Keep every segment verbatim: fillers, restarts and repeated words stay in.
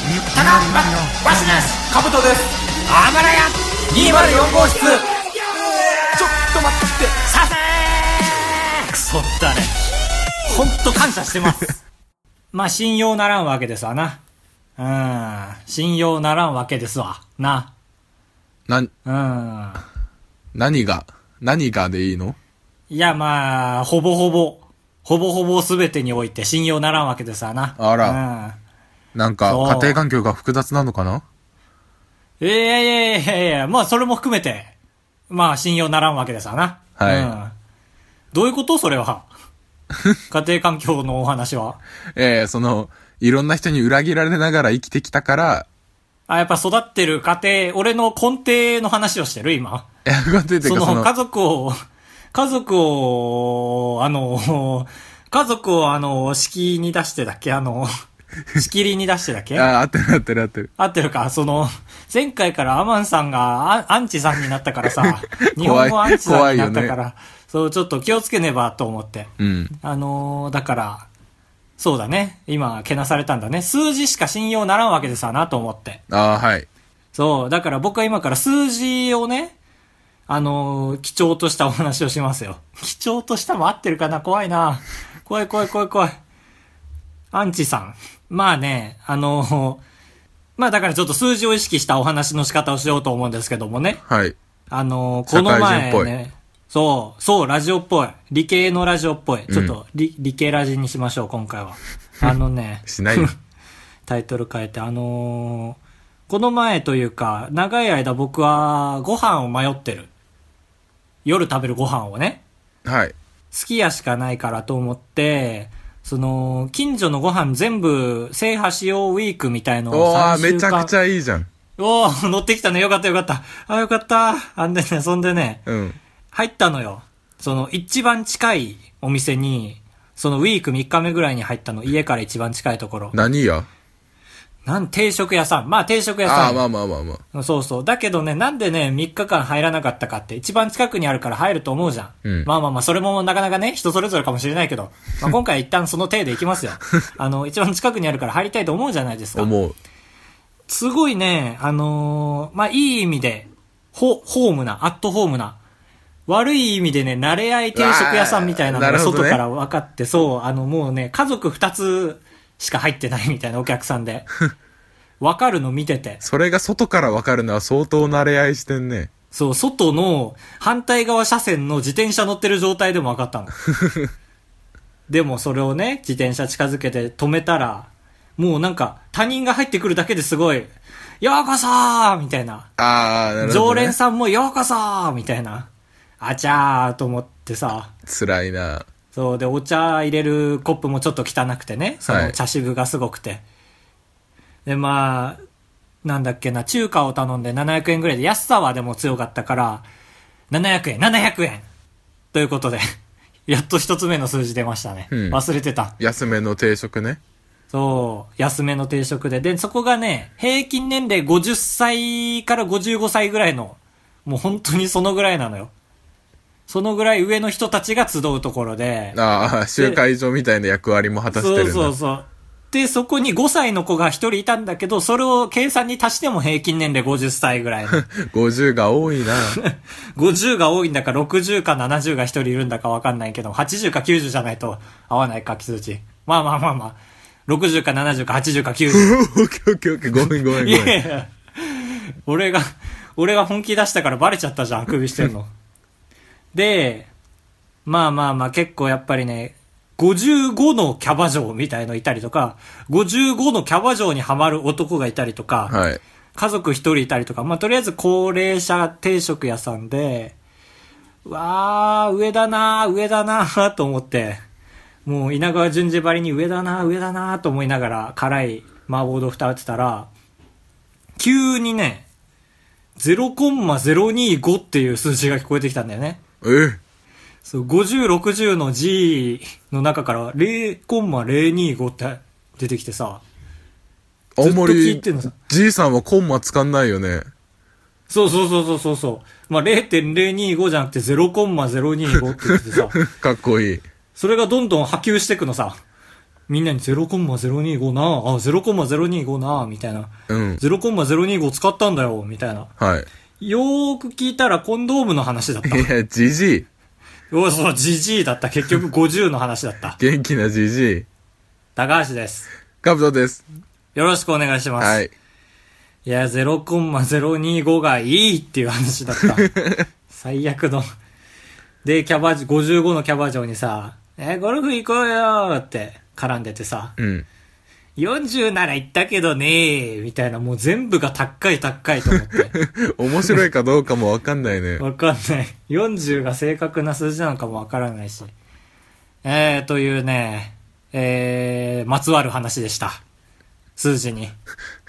タカバシです。 カブトです。 あばらやにーまるよんごう室。ちょっと待って、 させーくそったね。ほんと感謝してますまあ信用ならんわけですわな。うん、信用ならんわけですわな。 な、 うん、 何が何がでいいの？ いやまあほぼほぼほぼほぼ全てにおいて信用ならんわけですわな。 あら、うん、なんか家庭環境が複雑なのかな？ いやいやいやいやいや、まあそれも含めてまあ信用ならんわけですわな。 はい、うん、 どういうことそれは家庭環境のお話はええー、そのいろんな人に裏切られながら生きてきたから。 あ、やっぱ育ってる家庭、俺の根底の話をしてる今。 いや、根底っていうかその、 その家族を、家族を、あの、家族をあの、敷に出してだっけあの、仕切りに出してだっけあ、合ってる合ってる合ってる。 合ってるか。その、前回からアマンさんがアンチさんになったからさ、日本語アンチさんになったから、ね、そう、ちょっと気をつけねばと思って。 うん。 あの、だから、そうだね。今、けなされたんだね。数字しか信用ならんわけですわなと思って。 ああ、はい。 そう。だから僕は今から数字をね、あのー、貴重としたお話をしますよ。貴重としたも合ってるかな？怖いな。怖い怖い怖い怖い。アンチさん。まあね、あのー、まあだからちょっと数字を意識したお話の仕方をしようと思うんですけどもね。 はい。 あのー、この前ね、そう、そう、ラジオっぽい。理系のラジオっぽい。ちょっと理、うん、理系ラジにしましょう、今回は。あのね。 しないタイトル変えて、あのー、この前というか、長い間僕はご飯を迷ってる。夜食べるご飯をね。 はい。 好きやしかないからと思って、その、近所のご飯全部制覇しようウィークみたいのをさんしゅうかん。 おー、めちゃくちゃいいじゃん。 おー、乗ってきたね。よかったよかった。あ、よかった。あんでね、そんでね。 うん。 入ったのよ。その一番近いお店に、そのウィークみっかめぐらいに入ったの。家から一番近いところ。 何や？ なん定食屋さん。まあ定食屋さん。 ああ、まあまあまあまあ。そうそう。だけどね、なんでね、みっかかん入らなかったかって、一番近くにあるから入ると思うじゃん。 うん、 まあまあまあ、それもなかなかね、人それぞれかもしれないけど、まあ今回は一旦その体でいきますよ。あの、一番近くにあるから入りたいと思うじゃないですか。 思う。 すごいね、あのー、まあいい意味で、ホ、ホームな、アットホームな、悪い意味でね、慣れ合い定食屋さんみたいなのが外から分かって、ね、そう、あのもうね、家族二つしか入ってないみたいなお客さんで。分かるの見てて。 それが外から分かるのは相当慣れ合いしてんね。 そう、外の反対側車線の自転車乗ってる状態でも分かったの。でもそれをね、自転車近づけて止めたら、もうなんか他人が入ってくるだけですごい、ようこそーみたいな。 あー、なるほどね。 常連さんもようこそーみたいな。あちゃーと思ってさ。 辛いな。 そう、で、お茶入れるコップもちょっと汚くてね。その茶渋がすごくて。はい、で、まあ、なんだっけな、中華を頼んでななひゃくえんぐらいで、安さはでも強かったから、ななひゃくえん、ななひゃくえんということで、やっと一つ目の数字出ましたね。うん、忘れてた。 安めの定食ね。 そう、安めの定食で。で、そこがね、平均年齢ごじゅっさいからごじゅうごさいぐらいの、もう本当にそのぐらいなのよ。そのぐらい上の人たちが集うところで。 ああ、集会所みたいな役割も果たしてるんだ。 そうそうそう。で、そこにごさいの子がひとりいたんだけど、それを計算に足しても平均年齢ごじゅっさいぐらいの。 ごじゅうが多いな。 ごじゅうが多いんだか、ろくじゅうかななじゅうがひとりいるんだかわかんないけど、はちじゅうかきゅうじゅうじゃないと合わないか、数値。まあまあまあまあ。ろくじゅうかななじゅうかはちじゅうかきゅうじゅう。 オッケーオッケーオッケー。ごめんごめんごめん。 いやいや。俺が、俺が本気出したからバレちゃったじゃん、首してんの。で、まあまあまあ結構やっぱりね、ごじゅうごのキャバ嬢みたいのいたりとか、ごじゅうごのキャバ嬢にハマる男がいたりとか、 はい、 家族一人いたりとか、まあとりあえず高齢者定食屋さんで、わー、上だなー、上だなーと思って、もう稲川淳二ばりに上だなー、上だなーと思いながら辛い麻婆豆腐食べてたら、急にね、ゼロコンマゼロにーご っていう数字が聞こえてきたんだよね。 えそう、ごじゅう、ろくじゅうの G の中から ゼロコンマゼロにーご って出てきてさ。 あんまり、G さんはコンマ使んないよね。 そうそうそうそうそうそう。まあ、ゼロてんゼロにーご じゃなくて ゼロコンマゼロにーご って言ってさ。 かっこいい。 それがどんどん波及していくのさ。 みんなに ゼロコンマゼロにご な、あ、ゼロコンマゼロにご な、みたいな。 うん。 ゼロコンマゼロにご 使ったんだよ、みたいな。 はい。 よーく聞いたらコンドームの話だった。 いや、じじい。 おそう、じじいだった。結局ごじゅうの話だった。 元気なじじい。 高橋です。 カブトです。 よろしくお願いします。 はい。 いや、ゼロコンマゼロにご がいいっていう話だった。最悪の。で、キャバ、ごじゅうごのキャバ嬢にさ、え、ゴルフ行こうよーって絡んでてさ、 うん。 よんじゅうなら行ったけどねー、みたいな、もう全部が高い高いと思って。 面白いかどうかもわかんないね。 わかんない。よんじゅうが正確な数字なのかもわからないし。えー、というね、えー、まつわる話でした。数字に。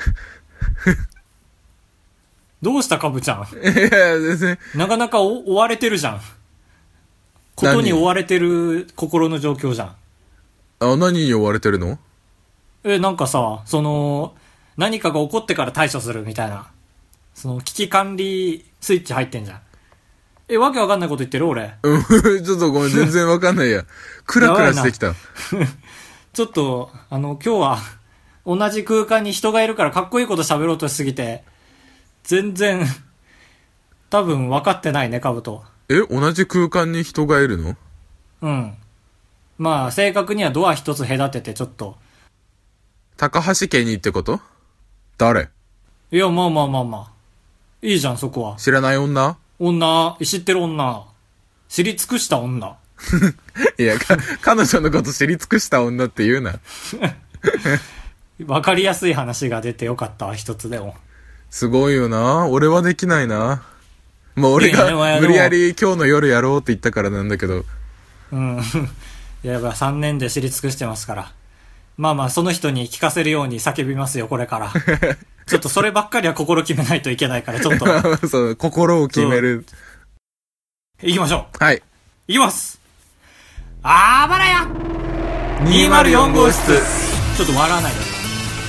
どうしたかぶちゃん。 いや、全然。 なかなか追われてるじゃん。ことに追われてる心の状況じゃん。 あ、何に追われてるの？ え、なんかさ、その、何かが起こってから対処するみたいな。その、危機管理スイッチ入ってんじゃん。え、わけわかんないこと言ってる俺。 うん、ちょっとごめん、全然わかんないや。クラクラしてきた。 ちょっと、あの、今日は、同じ空間に人がいるからかっこいいこと喋ろうとしすぎて、全然、多分分かってないね、カブト。 え、同じ空間に人がいるの？ うん。まあ、正確にはドア一つ隔ててちょっと。 高橋家にってこと？誰？ いや、まあまあまあまあ。いいじゃん、そこは。 知らない女？ 女、知ってる女。知り尽くした女。 いや、か、彼女のこと知り尽くした女って言うな。 わかりやすい話が出てよかったわ、一つでも。 すごいよな。俺はできないな。もう俺が無理やり今日の夜やろうって言ったからなんだけど。 うん。いや、さんねんで知り尽くしてますから。まあまあ、その人に聞かせるように叫びますよ、これから。ちょっとそればっかりは心決めないといけないから、ちょっと。 そう、心を決める。 行きましょう。はい。 行きます。あばらやにーまるよん号室。ちょっと笑わないで。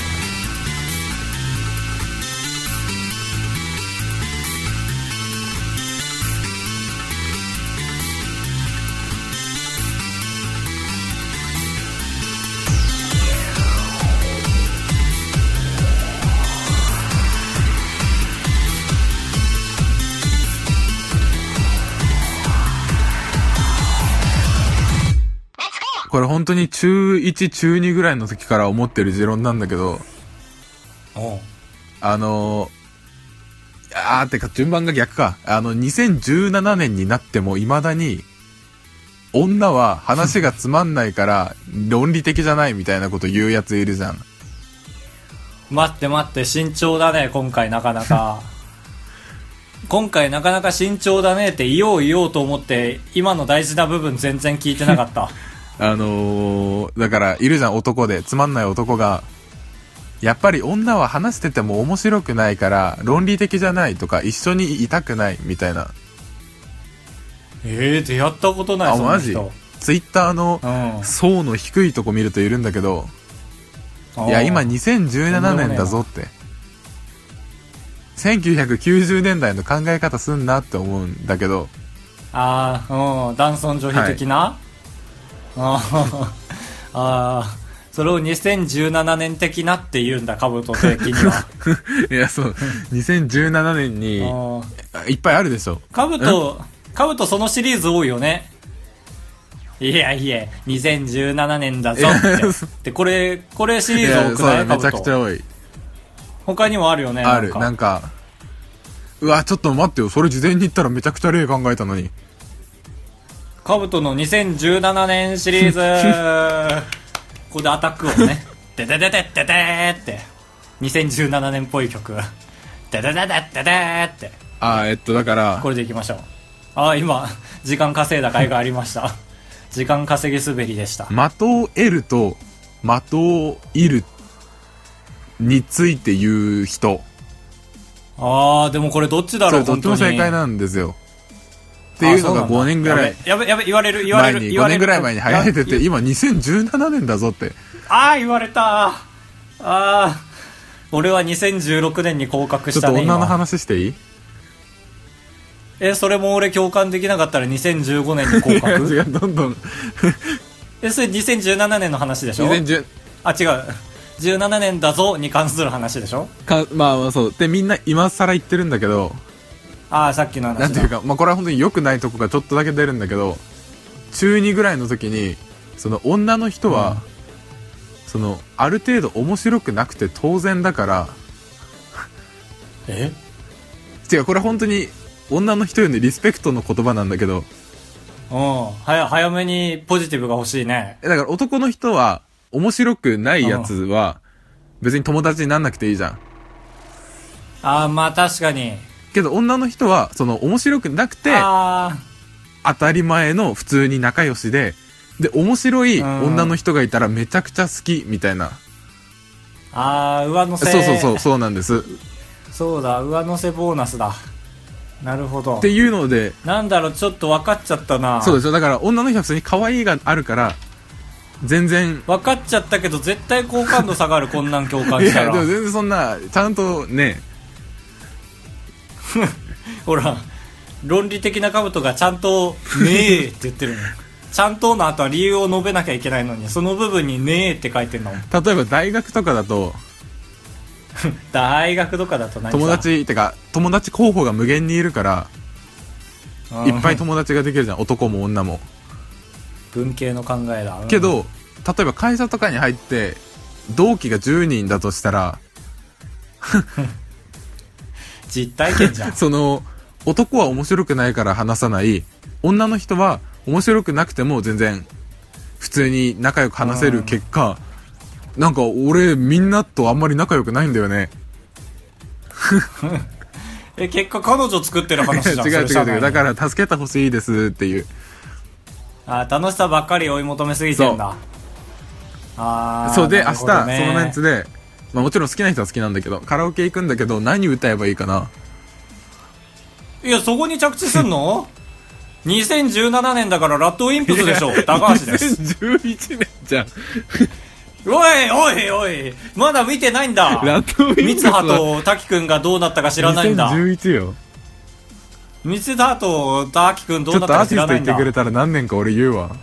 これ本当に中いち、中にぐらいの時から思ってる持論なんだけど、 おうあのー、あーってか順番が逆か。あの、にせんじゅうななねんになっても未だに、女は話がつまんないから論理的じゃないみたいなこと言うやついるじゃん。 待って待って、慎重だね、今回なかなか。今回なかなか慎重だねって言おう言おうと思って、今の大事な部分全然聞いてなかった。 あのー、だから、いるじゃん、男で。つまんない男が。やっぱり女は話してても面白くないから、論理的じゃないとか、一緒にいたくない、みたいな。 えー、出会ったことない、 あ、マジ？ツイッターの層の低いとこ見るといるんだけど、うん、いや、今にせんじゅうななねんだぞって。せんきゅうひゃくきゅうじゅうねんだいの考え方すんなって思うんだけど。 あー、うん、男尊女卑的な、はいああ、それをにせんじゅうななねん的なって言うんだ、カブト的には。 いや、そう、にせんじゅうななねんにいっぱいあるでしょ。 カブト、カブトそのシリーズ多いよね。いやいや、にせんじゅうななねんだぞって。で、これ、これシリーズ多くない？ めちゃくちゃ多い。 他にもあるよね。 ある、なんか、うわ、ちょっと待ってよ、それ事前に言ったらめちゃくちゃ例考えたのに。 カブトのにせんじゅうななねんシリーズここでアタックをねデデデデデデーってにせんじゅうななねんっぽい曲デデデデデデーってあーえっとだからこれでいきましょう。ああ今時間稼いだ甲斐がありました時間稼ぎ滑りでした。 的を得ると的を射るについて言う人。 ああでもこれどっちだろう。 それどっちも正解なんですよっていうのがごねんぐらいやべやべ言われる言われる前にごねんぐらい前に流行ってて今にせんじゅうななねんだぞって。 ああ言われた。ああ俺はにせんじゅうろくねんに降格したね。 ちょっと女の話していい？ えそれも俺共感できなかったらにせんじゅうごねんに降格？ 違うどんどんえ、それにせんじゅうななねんの話でしょ？ にせんじゅうあ、違う。じゅうななねんだぞに関する話でしょ？ か、まあまあそう。で、みんな今更言ってるんだけど、 ああ、さっきの話だ。 なんていうか、まあこれは本当に良くないとこがちょっとだけ出るんだけど、中にぐらいの時に、その女の人は、うん、その、ある程度面白くなくて当然だから、 え？ 違う、これ本当に女の人へのリスペクトの言葉なんだけど、 うん、は早めにポジティブが欲しいね。 だから男の人は、面白くないやつは、別に友達になんなくていいじゃん。 ああ、まあ確かに。 けど女の人は、その面白くなくて、当たり前の普通に仲良しで、で、面白い女の人がいたらめちゃくちゃ好き、みたいな。 ああ、上乗せ。 そうそうそう、そうなんです。 そうだ、上乗せボーナスだ。なるほど。 っていうので。 なんだろう、ちょっと分かっちゃったな。 そうですよ。だから女の人は普通に可愛いがあるから、全然。 分かっちゃったけど、絶対好感度下がる、こんなん共感したら。 いや、でも全然そんな、ちゃんとね。 ほら、論理的な兜がちゃんと、ねえって言ってるの。ちゃんとの後は理由を述べなきゃいけないのに、その部分にねえって書いてんの。 例えば大学とかだと、 大学とかだと何？ 友達ってか友達候補が無限にいるからいっぱい友達ができるじゃん、男も女も。 文系の考えだ、うん、 けど例えば会社とかに入って同期がじゅうにんだとしたら実体験じゃん。 その男は面白くないから話さない、女の人は面白くなくても全然普通に仲良く話せる結果、うん、なんか俺みんなとあんまり仲良くないんだよね。 え、結果彼女作ってる話じゃん。 違う違う違う、だから助けてほしいですっていう。 あ、楽しさばっかり追い求めすぎてんだ。あ、 そうで、明日そのね、 メンツで、まあ、もちろん好きな人は好きなんだけどカラオケ行くんだけど何歌えばいいかな。 いや、そこに着地すんの？にせんじゅうななねんだからラッドウィンプスでしょ。高橋です。 にせんじゅういちねんじゃん。 おいおいおい、まだ見てないんだ。 ラッドウィンプス三葉と滝くんがどうなったか知らないんだ。 にせんじゅういちよ。 三葉と滝くんどうなったか知らないんだ。 ちょっとアーティスト言ってくれたら何年か俺言うわ。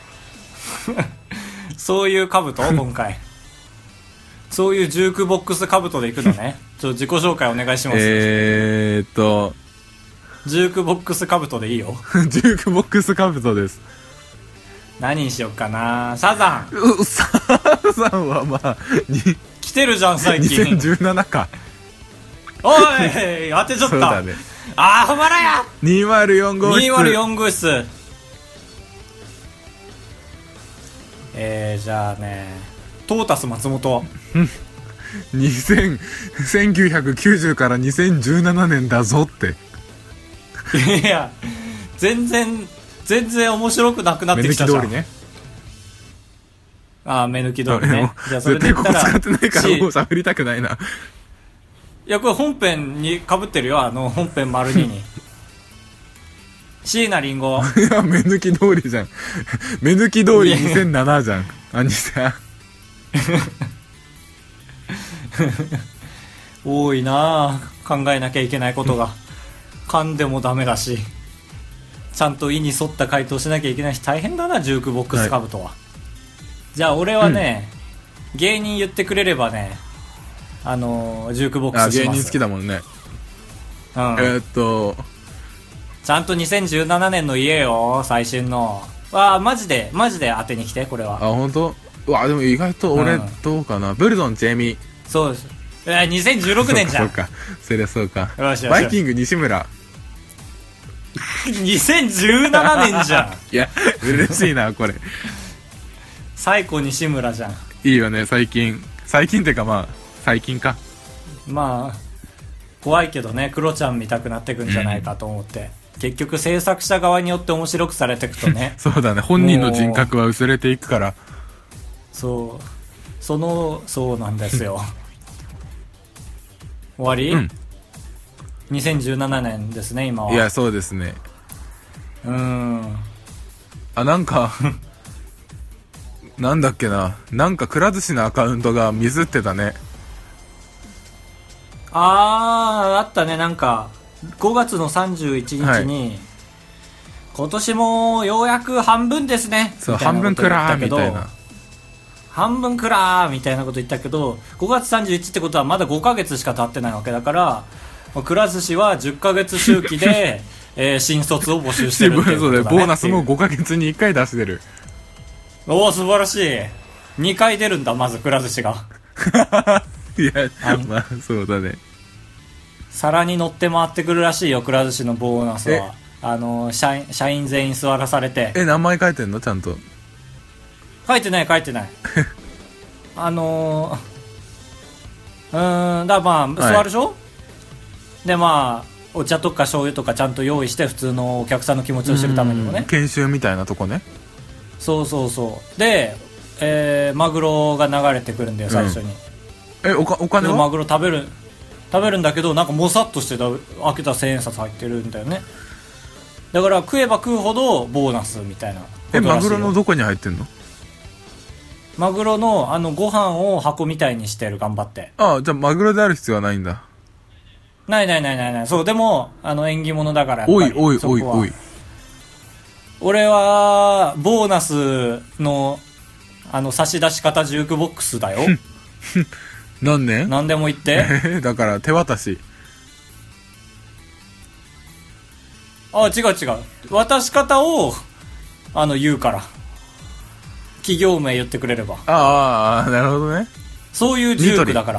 そういう兜今回。そういうジュークボックス兜でいくのね。ちょっと自己紹介お願いします。 えーっとジュークボックス兜でいいよ。 ジュークボックス兜です。何にしよっかな。サザン。 うサザンはまあ来てるじゃん最近。 にせんじゅうななか。 おい当てちゃった。そうだね。あーほまらや。 にまるよん号室。 にまるよん号室。えー、じゃあね、トータス松本。 にせん、せんきゅうひゃくきゅうじゅうからにせんじゅうななねんだぞって。 いや、全然全然面白くなくなってきたじゃん。目抜き通りね。ああ、目抜き通りね。 じゃあそれで言ったら絶対ここ使ってないからもう喋りたくないな。 いや、これ本編に被ってるよ、あの本編丸にに。椎名林檎。 いや、目抜き通りじゃん。目抜き通りにせんななじゃん。あ、にせん。 多いなあ、考えなきゃいけないことが。噛んでもダメだし、ちゃんと意に沿った回答しなきゃいけないし、大変だな、ジュークボックスカブトは、はい、じゃあ俺はね、うん、芸人言ってくれればね、あのー、ジュークボックスします。 あ、芸人好きだもんね。うん、えー、っとちゃんとにせんじゅうななねんの言えよ、最新の。わあ、マジでマジで当てに来て、これは。 あ、本当？うわ、でも意外と俺どうかな、うん、ブルゾンチェミ。 そうです。えー、にせんじゅうろくねんじゃん。 そうか、そりゃそうか。 よしよしよし。 バイキング西村。 にせんじゅうななねんじゃん。 いや、嬉しいな、これ。 最高西村じゃん。 いいよね、最近。最近ってかまあ、最近か。 まあ、怖いけどね、クロちゃん見たくなってくんじゃないかと思って。うん、結局制作者側によって面白くされていくとね。 そうだね、本人の人格は薄れていくから。 そう。その、そうなんですよ。終わり？うん。にせんじゅうななねんですね、今は。 いや、そうですね。 うーん。 あ、なんか、なんだっけな。なんか、くら寿司のアカウントがミスってたね。 あー、あったね、なんか、ごがつのさんじゅういちにちに、はい、 今年もようやく半分ですね。 そう、半分くらーみたいな。 半分くらーみたいなこと言ったけど、ごがつさんじゅういちってことはまだごかげつしか経ってないわけだから、くら寿司はじゅっかげつ周期で、えー、新卒を募集してるっていうことだね。 ボーナスもごかげつにいっかい出してる。 おお、素晴らしい。にかい出るんだ、まずくら寿司が。 いや、まあそうだね。 皿に乗って回ってくるらしいよ、くら寿司のボーナスは。あの社員社員全員座らされて。 え、名前書いてんのちゃんと。 書いてない書いてないあのー、うーんだからまあ座るでしょ、はい、でまあお茶とか醤油とかちゃんと用意して、普通のお客さんの気持ちを知るためにもね、 研修みたいなとこね。 そうそうそうで、えー、マグロが流れてくるんだよ最初に、 うん、え お, かお金はマグロ食べる食べるんだけど、なんかもさっとしてた開けた千円札入ってるんだよね。だから食えば食うほどボーナスみたいな。 えマグロのどこに入ってんの？ マグロのあのご飯を箱みたいにしてる、頑張って。 ああ、じゃあマグロである必要はないんだ。 ないないないないない。そう、でもあの縁起物だからやっぱり。 おいおいおいおい。 俺はボーナスのあの差し出し方ジュークボックスだよ。 何年？ 何でも言って。 だから手渡し。 あ、違う違う。渡し方をあの言うから。企業名言ってくれれば。 ああ、なるほどね。 そういうジュークだから。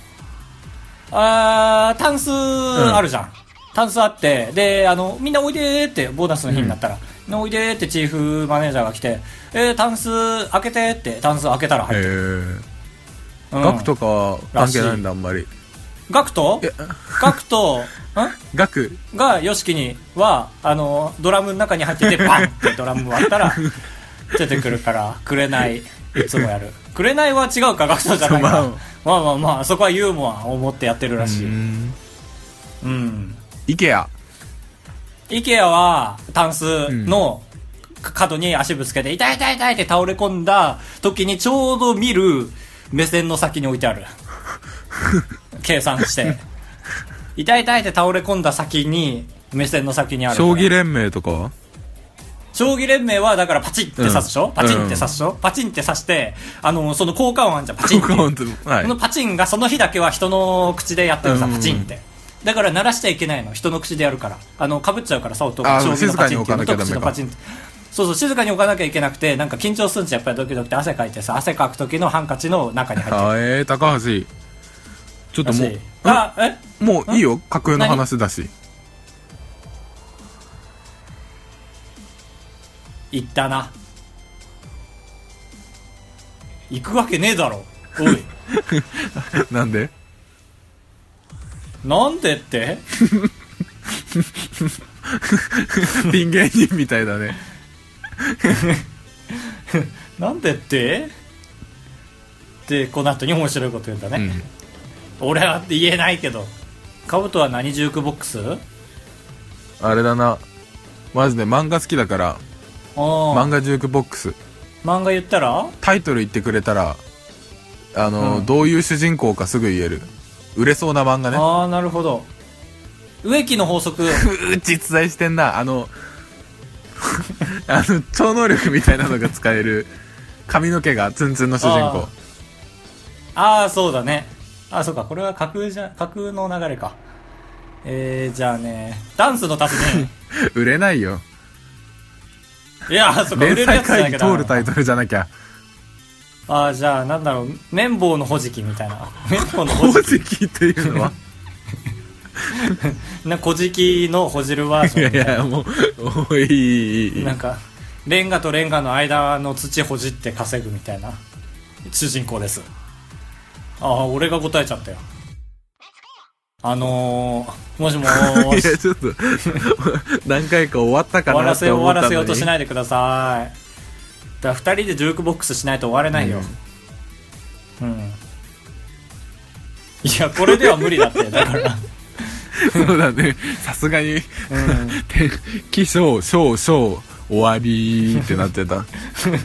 あー、タンスあるじゃん。うん、タンスあって、で、あの、みんなおいでーって、ボーナスの日になったら、うん、みんなおいでーってチーフマネージャーが来て、えー、タンス開けてって、タンス開けたら入ってる。 へー。うん、ガクとかは関係ないんだ、あんまり。 ガクとガクと、んガクが、ヨシキには、あの、ドラムの中に入ってて、バンってドラム割ったら、出てくるから、くれない、いつもやる。くれないは違うか、ガクトじゃないか。まあ、まあまあまあ、そこはユーモアを持ってやってるらしい。うん。うん。 イケア。 イケアは、タンスの角に足ぶつけて、痛い痛い痛いって倒れ込んだ時にちょうど見る目線の先に置いてある。計算して。痛い痛いって倒れ込んだ先に、目線の先にある。 将棋連盟とかは？ 将棋連盟はだからパチンって刺すでしょ、うん、パチンって刺すでしょ、うん、パチンって刺してあのその効果音あんじゃん、パチンって、はい、このパチンがその日だけは人の口でやってるさ、パチンって。だから鳴らしちゃいけないの、人の口でやるから、あの被っちゃうからさ、音が将棋のパチンっていうのと口のパチンって、そうそう、静かに置かなきゃいけなくて、なんか緊張するんじゃん、やっぱりドキドキって汗かいてさ、汗かく時のハンカチの中に入ってる。 あえー、高橋ちょっともうあえもういいよ、架空の話だし。 行ったな。行くわけねえだろ。おい。 なんで？ なんでって？ ピン芸人みたいだね。 なんでって？で、この後に面白いこと言うんだね。うん、俺はって言えないけど。カブトは何ジュークボックス？ あれだな。マジで漫画好きだから。漫画ジュークボックス。 漫画言ったらタイトル言ってくれたらあの、うん、どういう主人公かすぐ言える売れそうな漫画ね。 ああ、なるほど。植木の法則。 実在してんな。あのあの超能力みたいなのが使える髪の毛がツンツンの主人公。 ああ、そうだね。ああ、そうか、これは架空じゃ架空の流れか。えー、じゃあね、ダンスの達人。 売れないよ。 いや、そっか、売れるやつじゃなきゃ通るタイトルじゃなきゃ。 ああ、じゃあなんだろう、綿棒の保持器みたいな。綿棒の保持器っていうのはな、小じきのほじるバージョンみたいな。 いやいや、もうおいなんかレンガとレンガの間の土ほじって稼ぐみたいな主人公です。ああ、俺が答えちゃったよ。あのー、もしもーし。 いや、ちょっと何回か終わったかなって思ったのに。 終わらせ終わらせようとしないでください。だからふたりでジュークボックスしないと終われないよ。うん、うん、いや、これでは無理だって。だからそうだね、さすがに、うん、起承小小終わりってなってた。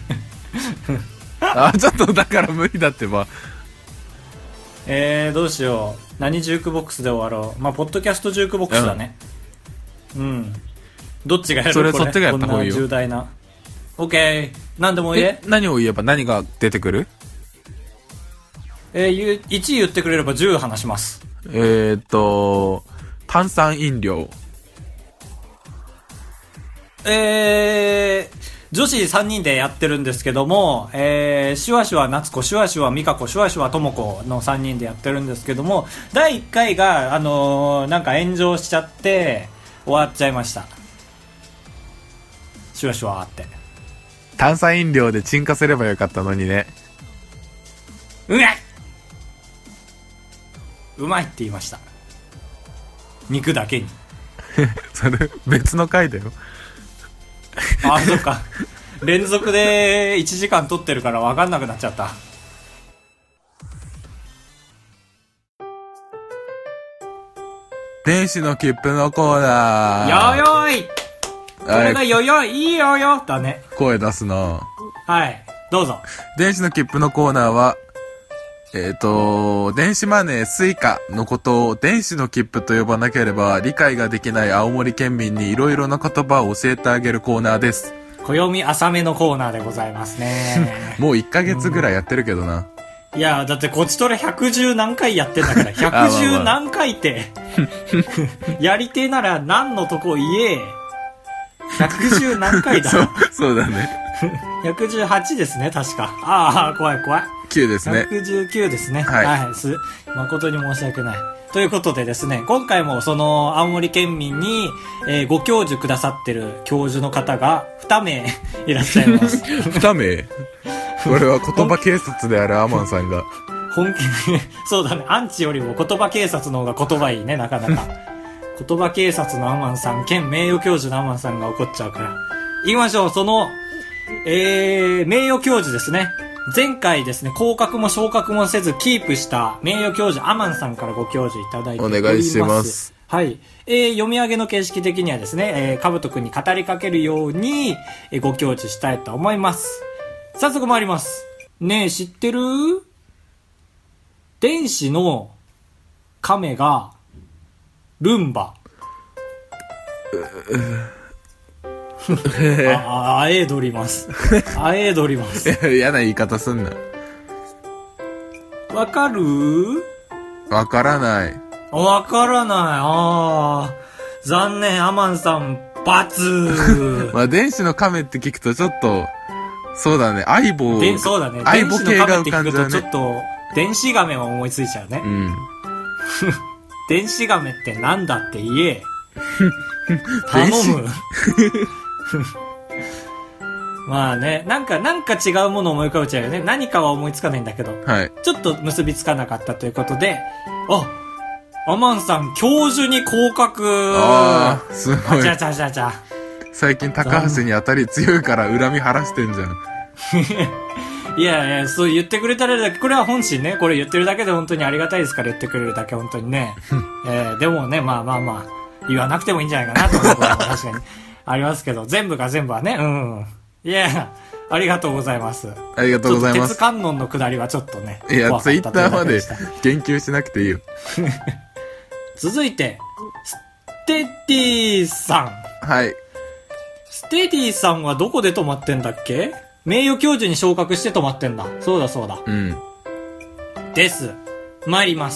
あ、ちょっとだから無理だってば。 えー、どうしよう。何ジュークボックスで終わろう。まあポッドキャストジュークボックスだね。うん、うん、 どっちがやる？ それこそっちがやった方がいいよ。 こんな重大な。オッケー。何でも言え。 え、何を言えば何が出てくる？ えー、いちい言ってくれればじゅう話します。 えーっと、炭酸飲料。 えー、女子さんにんでやってるんですけども、えー、シュワシュワ夏子、シュワシュワ美香子、シュワシュワとも子のさんにんでやってるんですけども、だいいっかいが、あのー、なんか炎上しちゃって、終わっちゃいました。シュワシュワって。 炭酸飲料で沈下すればよかったのにね。 うまいうまいって言いました。肉だけに。 それ、別の回だよ。 ああ、そっか。連続でいちじかん撮ってるから分かんなくなっちゃった。 電子の切符のコーナー。 よよいこれがよよいいいよよだね。 声出すな。 はい。どうぞ。 電子の切符のコーナーは、えっと、電子マネースイカのことを電子の切符と呼ばなければ理解ができない青森県民にいろいろな言葉を教えてあげるコーナーです。 暦浅めのコーナーでございますね。 もういっかげつぐらいやってるけどな。 いや、だってこちとらひゃくじゅう何回やってんだから、ひゃくじゅう何回って。やりてえなら何のとこ言え。ひゃくじゅう何回だ。 そう、そうだね。 ひゃくじゅうはちですね、確か。ああ、怖い怖い。 きゅうですね。 ひゃくじゅうきゅうですね。 はい。 はい、す。誠に申し訳ない。ということでですね、今回もその青森県民に、えー、ご教授くださってる教授の方がにめいいらっしゃいます。 に名これは言葉警察であるアマンさんが。 本気そうだね。アンチよりも言葉警察の方が言葉いいね、なかなか。言葉警察のアマンさん兼名誉教授のアマンさんが怒っちゃうから。行きましょう。その、えー、名誉教授ですね。前回ですね、降格も昇格もせずキープした名誉教授アマンさんからご教授いただいております。 お願いします。 はい。えー、読み上げの形式的にはですね、えー、かぶとくんに語りかけるように、えー、ご教授したいと思います。早速参ります。ねえ、知ってる？電子の亀が、ルンバ。あ、あえどります。あえどります。 嫌な言い方すんな。 わかる？ わからない。 わからない。あー、残念、アマンさん、バツ。 まあ、電子の亀って聞くとちょっと、そうだね、相棒。 で、そうだね。 相棒系が浮かんじゃうね。 ちょっと、電子亀は思いついちゃうね。 うん。 電子亀ってなんだって言え。頼む。まあね、なんか、なんか違うものを思い浮かべちゃうよね。何かは思いつかないんだけど。 はい。 ちょっと結びつかなかったということで、あ、アマンさん、教授に降格。 ああ、すごい。 あちゃちゃちゃちゃ。 最近高橋に当たり強いから恨み晴らしてんじゃん。 いやいや、そう言ってくれたらだけ、これは本心ね。これ言ってるだけで本当にありがたいですから言ってくれるだけ本当にね。えー、でもね、まあまあまあ、言わなくてもいいんじゃないかなと思うことも確かにありますけど、全部が全部はね、うん。いや、ありがとうございます。 ありがとうございます。 鉄観音のくだりはちょっとね。 いや、ツイッターまで言及しなくていいよ。 続いて、ステディさん。 はい。 ステディさんはどこで泊まってんだっけ？名誉教授に昇格して泊まってんだ。そうだそうだ。 うん。 です。参ります。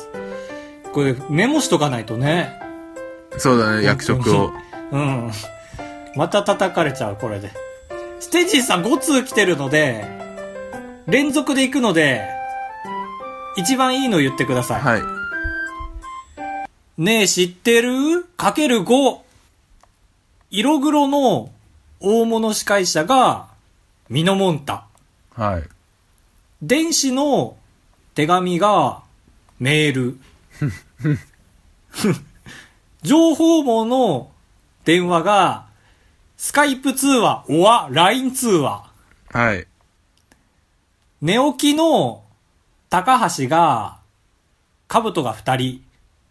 これメモしとかないとね。 そうだね、役職を。 うん。また叩かれちゃう、これで。ステディさんご通来てるので、連続で行くので、一番いいの言ってください。 はい。 ねえ、知ってる？かけるご。色黒の大物司会者が、ミノモンタ。 はい。 電子の手紙が、メール。情報網の電話が、スカイプ通話、おわ、ライン 通話。 はい。 寝起きの高橋が、兜が二人。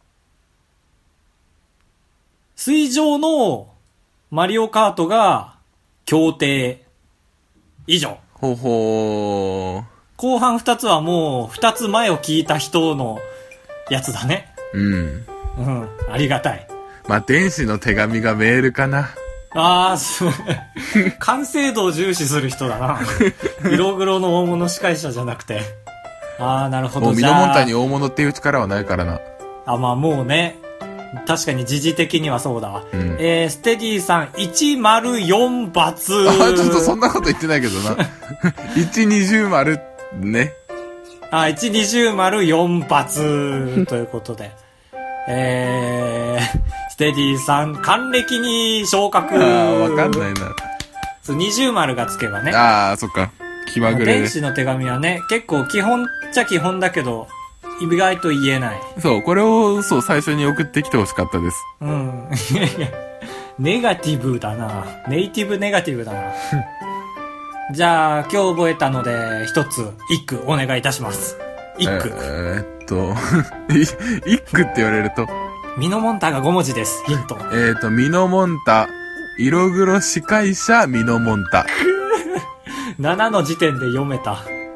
水上のマリオカートが、協定。以上。 ほほー。 後半二つはもう、二つ前を聞いた人のやつだね。 うん。 うん。ありがたい。 まあ、電子の手紙がメールかな。 ああ、す完成度を重視する人だな。色黒の大物司会者じゃなくて。ああ、なるほど。 もうミノモンタに大物っていう力はないからな。 あ、まあもうね。確かに時事的にはそうだわ。 うん、 えー、ステディさん、いちまるよんバツ。 あ、ちょっとそんなこと言ってないけどな。いちにじゅうまるね。 あ、いちにじゅうまるよんバツということで。えー、ステディさん、還暦に昇格。 ああ、わかんないな。 そう、にじゅう丸がつけばね。 ああ、そっか。気まぐれで。 天使の手紙はね、結構基本っちゃ基本だけど、意外と言えない。 そう、これを、そう、最初に送ってきてほしかったです。 うん。いやいや、ネガティブだな。ネイティブネガティブだな。じゃあ、今日覚えたので、一つ、一句お願いいたします。一句。 えー、っと、一句って言われると。 ミノモンタがご文字です。ヒント。 えー、っと、ミノモンタ、色黒司会者ミノモンタ。 ななの時点で読めた。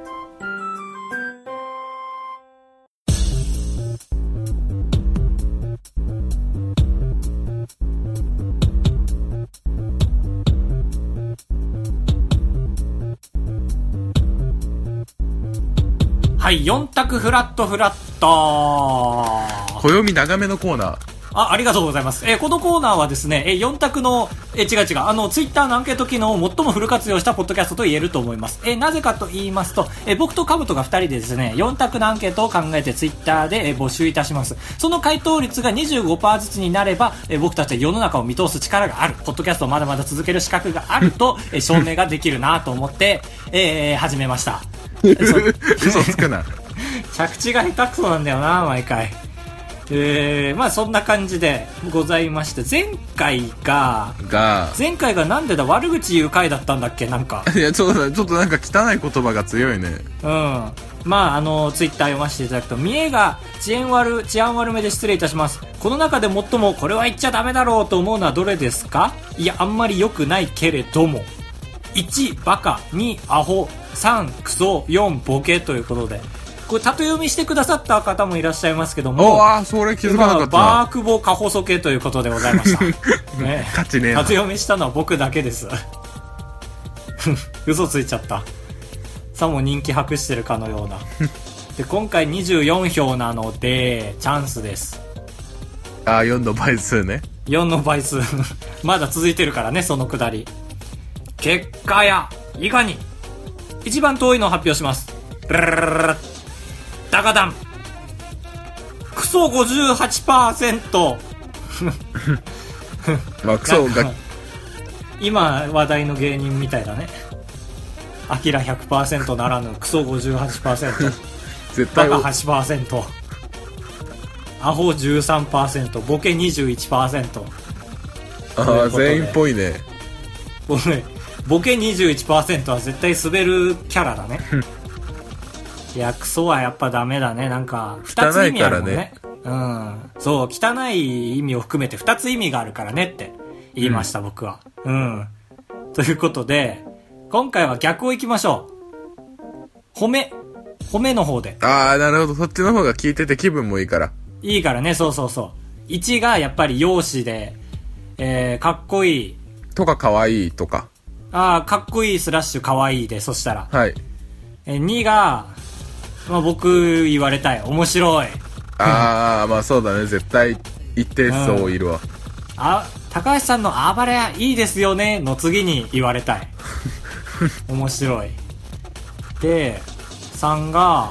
はい、よん択フラットフラット。 暦長めのコーナー。 あ、ありがとうございます。えー、このコーナーはですね、えー、よん択の、えー、違う違う、あの、ツイッターのアンケート機能を最もフル活用したポッドキャストと言えると思います。えー、なぜかと言いますと、えー、僕とカブトがふたりでですね、よん択のアンケートを考えてツイッターで、えー、募集いたします。その回答率が にじゅうごパーセント ずつになれば、えー、僕たちは世の中を見通す力がある、ポッドキャストをまだまだ続ける資格があると、えー、証明ができるなと思って、えー、始めました。 嘘つくな。 着地が下手くそなんだよな、毎回。えー、まあそんな感じでございまして、前回が、 が、 前回がなんでだ、悪口言う回だったんだっけ、なんか。 いや、ちょっと、ちょっとなんか汚い言葉が強いね。 うん。まあ、あの、ツイッター読ませていただくと、見栄が治安悪、治安悪めで失礼いたします。この中で最もこれは言っちゃダメだろうと思うのはどれですか？いや、あんまり良くないけれども。いち、バカ。に、アホ。さん、クソ。よん、ボケということで。これ、縦読みしてくださった方もいらっしゃいますけども。 ああ、それ気づかなかったな。 バークボカホソケということでございました。ね、 勝ちねえな。 縦読みしたのは僕だけです。嘘ついちゃった。さも人気博してるかのような。で、今回にじゅうよん票なので、チャンスです。 ああ、よんの倍数ね。 よんの倍数。まだ続いてるからね、そのくだり。結果や、いかに。一番遠いのを発表します。ブルルルルルダガダン。クソ ごじゅうはちパーセント。 まあ、クソが。 今話題の芸人みたいだね。アキラ ひゃくパーセント ならぬクソ ごじゅうはちパーセント。 絶対バカ はちパーセント。アホ じゅうさんパーセント。ボケ にじゅういちパーセント。 ああ、全員っぽいね。 ボケ にじゅういちパーセント は絶対滑るキャラだね。いや、クソはやっぱダメだね。なんか、二つ意味あるもんね。うん。そう、汚い意味を含めて二つ意味があるからねって言いました、うん、僕は。うん。ということで、今回は逆を行きましょう。褒め。褒めの方で。 ああ、なるほど。そっちの方が聞いてて気分もいいから。 いいからね、そうそうそう。いちがやっぱり容姿で、えー、かっこいい。 とかかわいいとか。 ああ、かっこいいスラッシュかわいいで、そしたら。 はい。 え、にが、まあ僕言われたい。面白い。 ああ、まあそうだね。絶対一定数いるわ。 うん、あ、高橋さんの暴れ屋いいですよねの次に言われたい。面白い。で、さんが、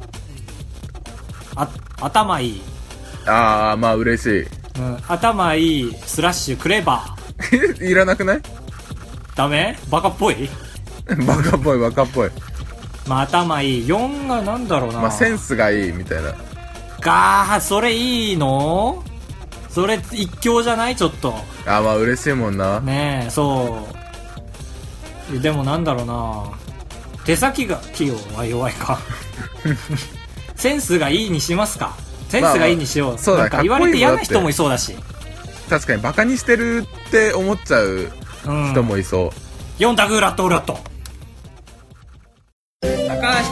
あ、頭いい。 ああ、まあ嬉しい。 うん、頭いい、スラッシュ、クレバー。いらなくない？ ダメ？バカっぽい？ バカっぽい、バカっぽい。 まあ頭いい。よんがなんだろうな。 まあセンスがいいみたいな。 がー、それいいの？それ一強じゃない？ちょっと。 あ、まあ嬉しいもんな。 ねえ、そう。でもなんだろうな。手先が器用は弱いか。センスがいいにしますか。センスがいいにしよう。まあまあ、そうだ、なんか言われて嫌な人もいそうだし。 確かにバカにしてるって思っちゃう人もいそう。 よん択ラットフラット。高橋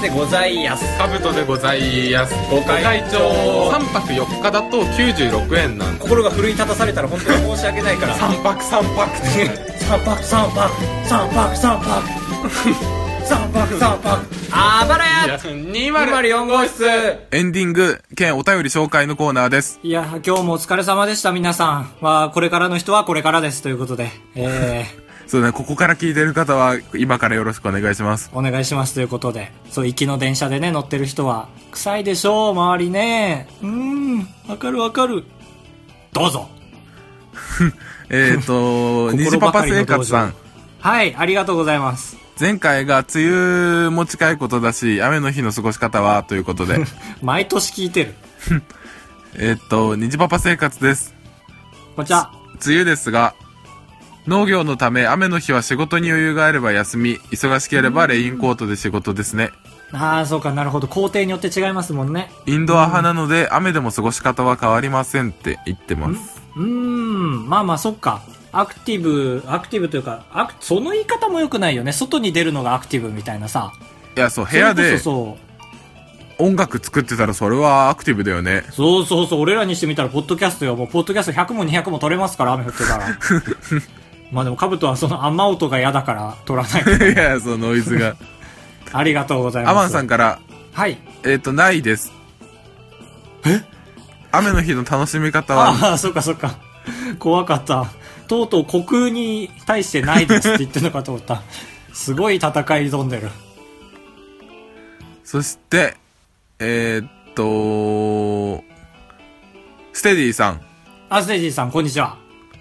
でございやす。 カブトでございます。ご会長さんぱくよっかだときゅうじゅうろくえんなんで、 心が奮い立たされたら本当に申し訳ないからさんぱくさんぱくさんぱくさんぱくさんぱくさんぱくさんぱくさんぱくあばらやにまるよん号室。 エンディング兼お便り紹介のコーナーです。 いや今日もお疲れ様でした。皆さんはこれからの人はこれからですということで、えーそうね、ここから聞いてる方は今からよろしくお願いします。 お願いしますということで、そう行きの電車でね乗ってる人は臭いでしょう周りね。うーんわかるわかる。どうぞえっと虹パパ生活さん、 はいありがとうございます。 前回が梅雨も近いことだし雨の日の過ごし方はということで毎年聞いてるえっと虹パパ生活です。 こんにちは。 梅雨ですが農業のため雨の日は仕事に余裕があれば休み、忙しければレインコートで仕事ですね。 ああそうかなるほど。工程によって違いますもんね。 インドア派なので雨でも過ごし方は変わりませんって言ってます。 うーんまあまあそっか。アクティブアクティブというかアクその言い方も良くないよね。外に出るのがアクティブみたいなさ。 いやそう部屋でそう音楽作ってたらそれはアクティブだよね。 そうそうそう俺らにしてみたらポッドキャストよ。もうポッドキャストひゃくもにひゃくも撮れますから雨降ってたらまあでもカブトはその雨音が嫌だから撮らないけどいやそのノイズがありがとうございます。 アマンさんからはいえっ、ー、とないです。 え雨の日の楽しみ方はああそっかそっか怖かった。とうとう虚空に対してないですって言ってるのかと思ったすごい戦い挑んでる。 そしてえー、っとステディさん。 あステージさんこんにちは。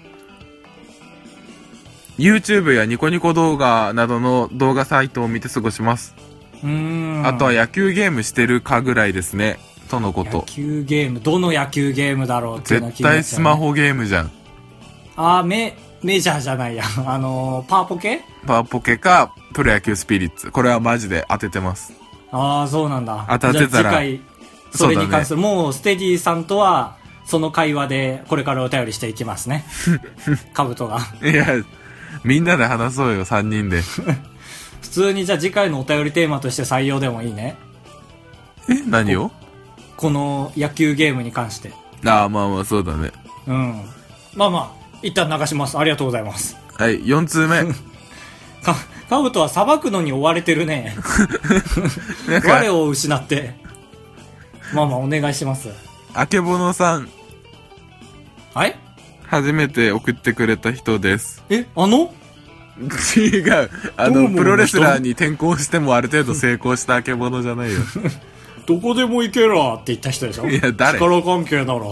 YouTube やニコニコ動画などの動画サイトを見て過ごします。 うーんあとは野球ゲームしてるかぐらいですねとのこ野と。 球ゲームどの野球ゲームだろうっていうのは気絶になっちゃうね。 対スマホゲームじゃん。 あーメメジャーじゃないやあのー、パワポケパワポケかプロ野球スピリッツ。これはマジで当ててます。 ああそうなんだ。 当たってたらじゃあ次回それに関する、ね、もうステディさんとはその会話でこれからお便りしていきますねカブトがいやみんなで話そうよさんにんで普通にじゃあ次回のお便りテーマとして採用でもいいね。 え何をこ, この野球ゲームに関して。 ああまあまあそうだね。 うんまあまあ一旦流します。ありがとうございます。 はいよん通目かカブトはさばくのに追われてるね我を失って。まあまあお願いします。 あけぼのさんはい初めて送ってくれた人です。 えあの違うあのどうもの人プロレスラーに転向してもある程度成功したあけぼのじゃないよどこでも行けらって言った人でしょ。 いや誰力関係なら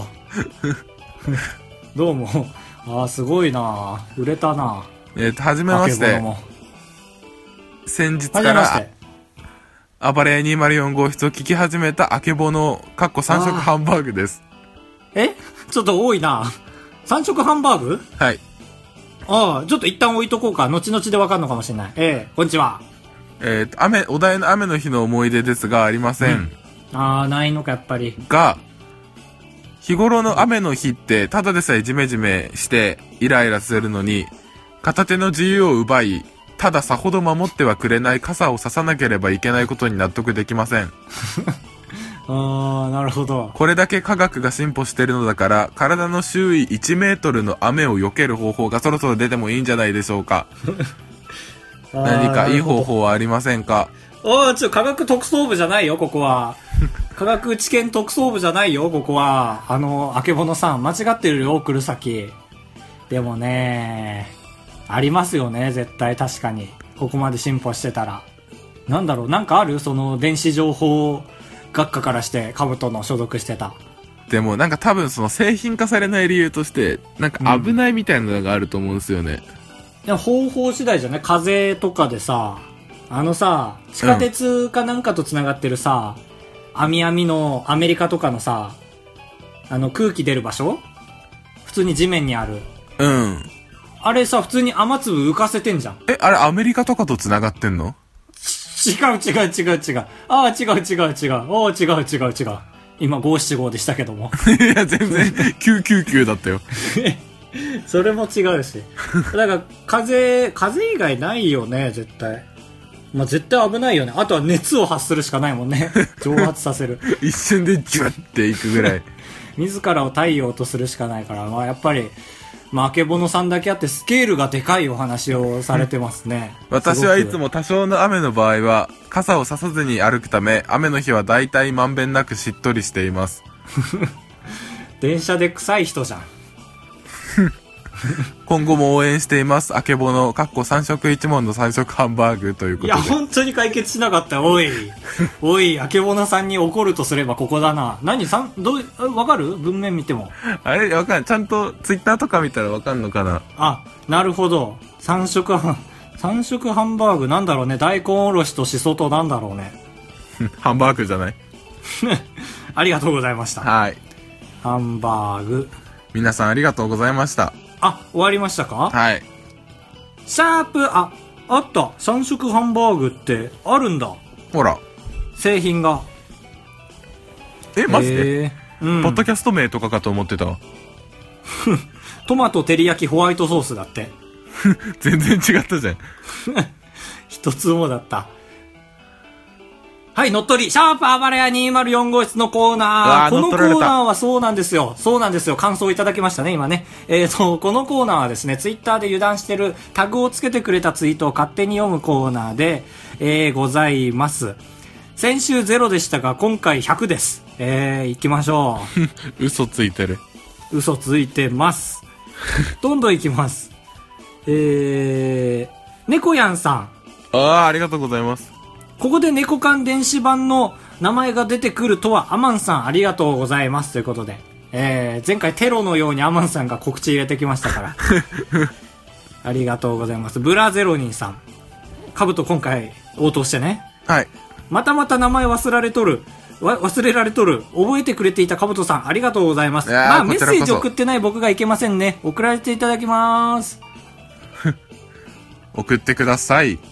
どうもあーすごいな売れたな。 えっとはじめまして先日から暴れ屋にまるよん号室を聞き始めたあけぼのかっこさん食ハンバーグです。 えちょっと多いなさん食ハンバーグ。 はいああちょっと一旦置いとこうか。後々でわかんのかもしれない。ええこんにちは。 えっと雨お題の雨の日の思い出ですがありません、 うん、ああないのかやっぱり。 が日頃の雨の日ってただでさえジメジメしてイライラするのに片手の自由を奪いたださほど守ってはくれない傘を差さなければいけないことに納得できませんああなるほど。 これだけ科学が進歩してるのだから体の周囲いちメートルの雨を避ける方法がそろそろ出てもいいんじゃないでしょうか何かいい方法はありませんか。 おーちょ科学特捜部じゃないよここは科学知見特捜部じゃないよここは。あのあけぼのさん間違ってるよ来る先。でもねありますよね絶対。確かにここまで進歩してたら。なんだろうなんかあるその電子情報学科からしてカブトの所属してた。 でもなんか多分その製品化されない理由としてなんか危ないみたいなのがあると思うんですよね、 うん、でも方法次第じゃね。風とかでさあのさ地下鉄かなんかとつながってるさ、うん、網網のアメリカとかのさあの空気出る場所普通に地面にある。 うんあれさ普通に雨粒浮かせてんじゃん。 えあれアメリカとかとつながってんの。 違う違う違う違う。ああ違う違う違う。おー違う違う違う。今ごーななごでしたけどもいや全然きゅうきゅうきゅうだったよそれも違うしだから風風以外ないよね絶対。 まあ、絶対危ないよね。あとは熱を発するしかないもんね。蒸発させる。 一瞬でジュワっていくぐらい。 自らを太陽とするしかないから、まあ、やっぱり、まあ、あけぼのさんだけあってスケールがでかいお話をされてますね。 私はいつも多少の雨の場合は、傘をささずに歩くため、雨の日は大体まんべんなくしっとりしています。 電車で臭い人じゃん。 今後も応援しています。あけぼの、かっこさん食一問のさん食ハンバーグということで。 いや、本当に解決しなかったよ。おい。おい、あけぼのさんに怒るとすればここだな。何さん、どう、わかる文面見ても。 あれわかんちゃんとツイッターとか見たらわかんのかな。 あ、なるほど。さん食ハン、さん食ハンバーグなんだろうね。大根おろしとしそとなんだろうね。 ハンバーグじゃない。 ありがとうございました。 はい。 ハンバーグ。 皆さんありがとうございました。 あ、終わりましたか？ はい。 シャープ、あ、あった。さん食ハンバーグってあるんだ。 ほら。 製品が。 え、マジで、 えー、うん。 ポッドキャスト名とかかと思ってた。 トマト照り焼きホワイトソースだって。 全然違ったじゃん。 一つもだった。はい、乗っ取り、シャープあばらやにまるよん号室のコーナー。このコーナーはそうなんですよ。そうなんですよ。感想をいただきましたね、今ね。えーと、このコーナーはですね、ツイッターで油断してるタグをつけてくれたツイートを勝手に読むコーナーで、えー、ございます。先週ゼロでしたが、今回ひゃくです。えー、行きましょう。嘘ついてる。 嘘ついてます。どんどん行きます。えー、猫やんさん。 ああ、ありがとうございます。 ここで猫缶電子版の名前が出てくるとはアマンさんありがとうございますということで、えー、前回テロのようにアマンさんが告知入れてきましたからありがとうございます。ブラゼロニンさん、カブト今回応答してね。 はい。 またまた名前忘れられとるわ忘れられとる覚えてくれていたカブトさんありがとうございます。まあメッセージ送ってない僕がいけませんね。送られていただきます送ってください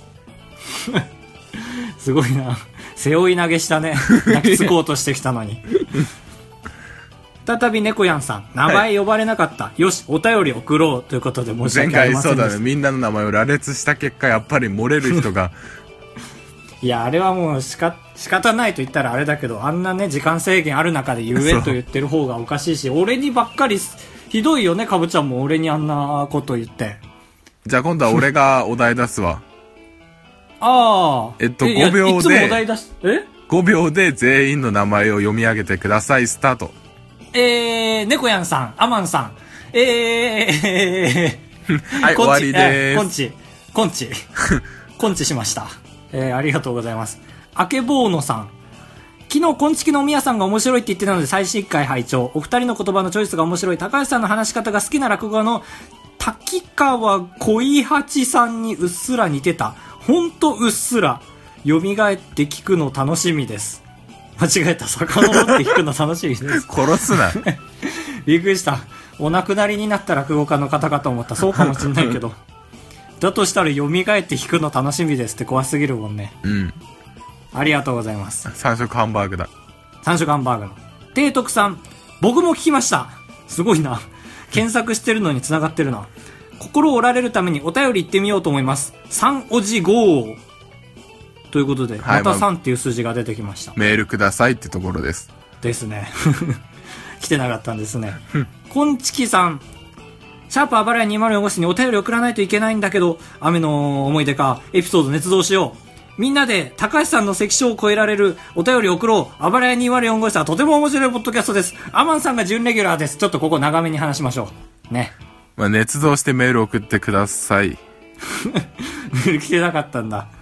すごいな。背負い投げしたね。泣きつこうとしてきたのに。再び猫やんさん、名前呼ばれなかった。はい、よし、お便り送ろうということで申し訳ありませんでした。前回そうだね。 みんなの名前を羅列した結果、やっぱり漏れる人が。 いや、あれはもうしか、仕方ないと言ったらあれだけど、あんなね、時間制限ある中で言えと言ってる方がおかしいし、俺にばっかり、ひどいよね、かぶちゃんも俺にあんなこと言って。 じゃあ今度は俺がお題出すわ。 ああ。 えっと、ごびょうで、いつもお題出し、え ? ご 秒で全員の名前を読み上げてください。スタート。 えー、猫やんさん、アマンさん、えー、 はい、終わりでーす。 コンチ、コンチ、コンチしました。えー、ありがとうございます。あけぼうのさん。昨日、こんちきのおみやさんが面白いって言ってたので最新回拝聴。お二人の言葉のチョイスが面白い。高橋さんの話し方が好きな落語家の滝川恋八さんにうっすら似てた。ほんとうっすら。蘇って聞くの楽しみです。間違えた。遡って聞くの楽しみです。 殺すな。 びっくりした。お亡くなりになった落語家の方かと思った。そうかもしれないけど。だとしたら蘇って聞くの楽しみですって怖すぎるもんね。 うん。 ありがとうございます。 三色ハンバーグだ。 三色ハンバーグの。提督さん。僕も聞きました。すごいな。検索してるのに繋がってるな。心折られるためにお便り行ってみようと思います。三おじごということで、はい、またさんっていう数字が出てきました。 メールくださいってところです。 ですね。来てなかったんですね。こんちきさん。シャープあばらやにまるよん号室にお便り送らないといけないんだけど、雨の思い出か、エピソード捏造しよう。みんなで高橋さんの関所を超えられるお便りを送ろう。あばらやにまるよん号室はとても面白いポッドキャストです。アマンさんが準レギュラーです。ちょっとここ長めに話しましょう。ね。 まあ、捏造してメール送ってください。 メール来てなかったんだ。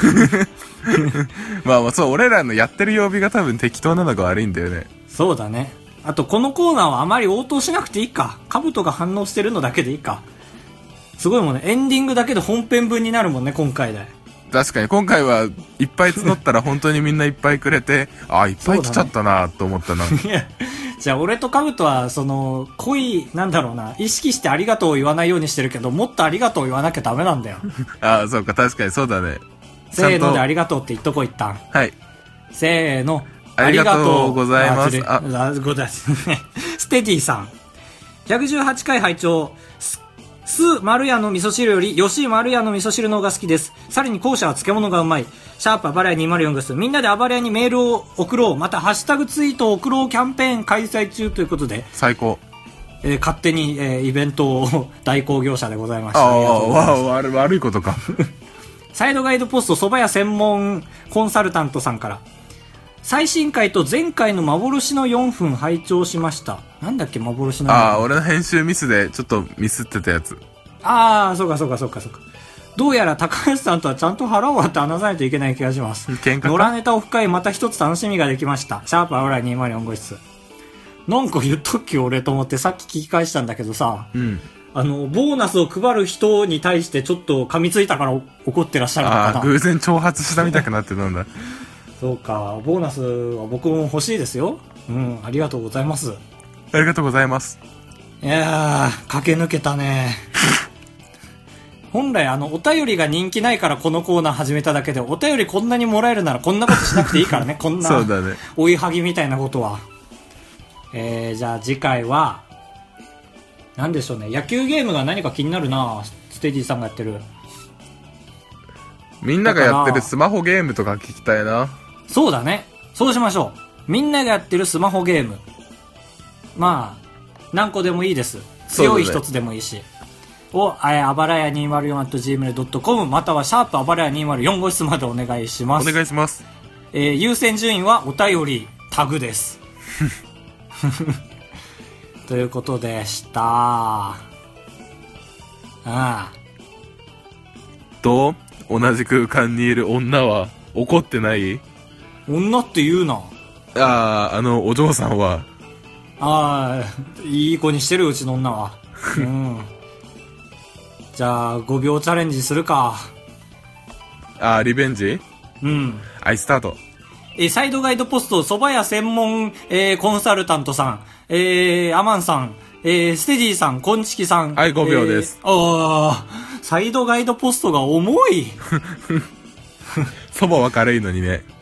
まあまあそう、俺らのやってる曜日が多分適当なのが悪いんだよね。 そうだね。あとこのコーナーはあまり応答しなくていいか。カブトが反応してるのだけでいいか。すごいもんね。エンディングだけで本編分になるもんね、今回で。 確かに今回はいっぱい募ったら本当にみんないっぱいくれて、あ、いっぱい来ちゃったなと思ったな。いや、 じゃあ俺とカブトはその恋なんだろうな、意識してありがとうを言わないようにしてるけど、もっとありがとうを言わなきゃダメなんだよ。 ああ、そうか、確かにそうだね。 せーのでありがとうって言っとこいったん。 はい。 せーの。 ありがとうございます。 あ、あございます。ステディさん。ひゃくじゅうはちかい拝聴。スス丸屋の味噌汁より吉丸屋の味噌汁の方が好きです。さらに後者は漬物がうまい。シャープあばらやにまるよん号室、みんなであばらやにメールを送ろう、またハッシュタグツイートを送ろうキャンペーン開催中ということで、 最高。 えー、勝手に、えー、イベントを代行業者でございました。 ああ、悪悪いことか。 サイドガイドポスト蕎麦屋専門コンサルタントさんから、最新回と前回の幻のよんぷん拝聴しました。なんだっけ幻のよんぷん。 ああ、俺の編集ミスでちょっとミスってたやつ。 ああ、そうかそうかそうかそうか。どうやら高橋さんとはちゃんと腹を割って話さないといけない気がします。 喧嘩か。 野良ネタオフ会また一つ楽しみができました。シャープあばらやにまるよん号室。なんか言っとっけ俺と思ってさっき聞き返したんだけどさ、 うん。 あの、ボーナスを配る人に対してちょっと噛みついたから怒ってらっしゃるのかな。 ああ、偶然挑発したみたくなってたんだ。 そうか、ボーナスは僕も欲しいですよ。うん、ありがとうございます。 ありがとうございます。 いやー、駆け抜けたね。本来あの、お便りが人気ないからこのコーナー始めただけで、お便りこんなにもらえるならこんなことしなくていいからね、こんな。 そうだね。 追いはぎみたいなことは。えー、じゃあ次回は、なんでしょうね。野球ゲームが何か気になるな。ステディさんがやってる。 みんながやってるスマホゲームとか聞きたいな。 そうだね。そうしましょう。みんながやってるスマホゲーム。まあ、何個でもいいです。強い一つでもいいし。を、あばらや にまるよんアットジーメールドットコム またはシャープあばらやにまるよん号室までお願いします。 お願いします。 えー、優先順位はお便りタグです。ということでした。ああ。 と、同じ空間にいる女は怒ってない？ 女って言うな。 ああ、あの、お嬢さんは。 ああ、いい子にしてる、うちの女は。うん。じゃあ、ごびょうチャレンジするか。 ああ、リベンジ？ うん。 はい、スタート。 えー、サイドガイドポスト、蕎麦屋専門、えー、コンサルタントさん、えー、アマンさん、えー、ステディさん、コンチキさん。 はい、ごびょうです。 えー、ああ、サイドガイドポストが重い。 そばは軽いのにね。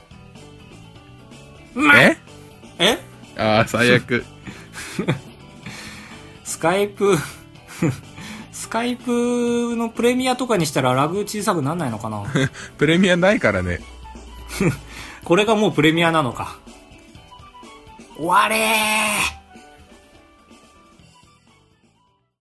ええああ、最悪。 スカイプ、スカイプのプレミアとかにしたらラグ小さくなんないのかな。 プレミアないからね。 これがもうプレミアなのか。終われー。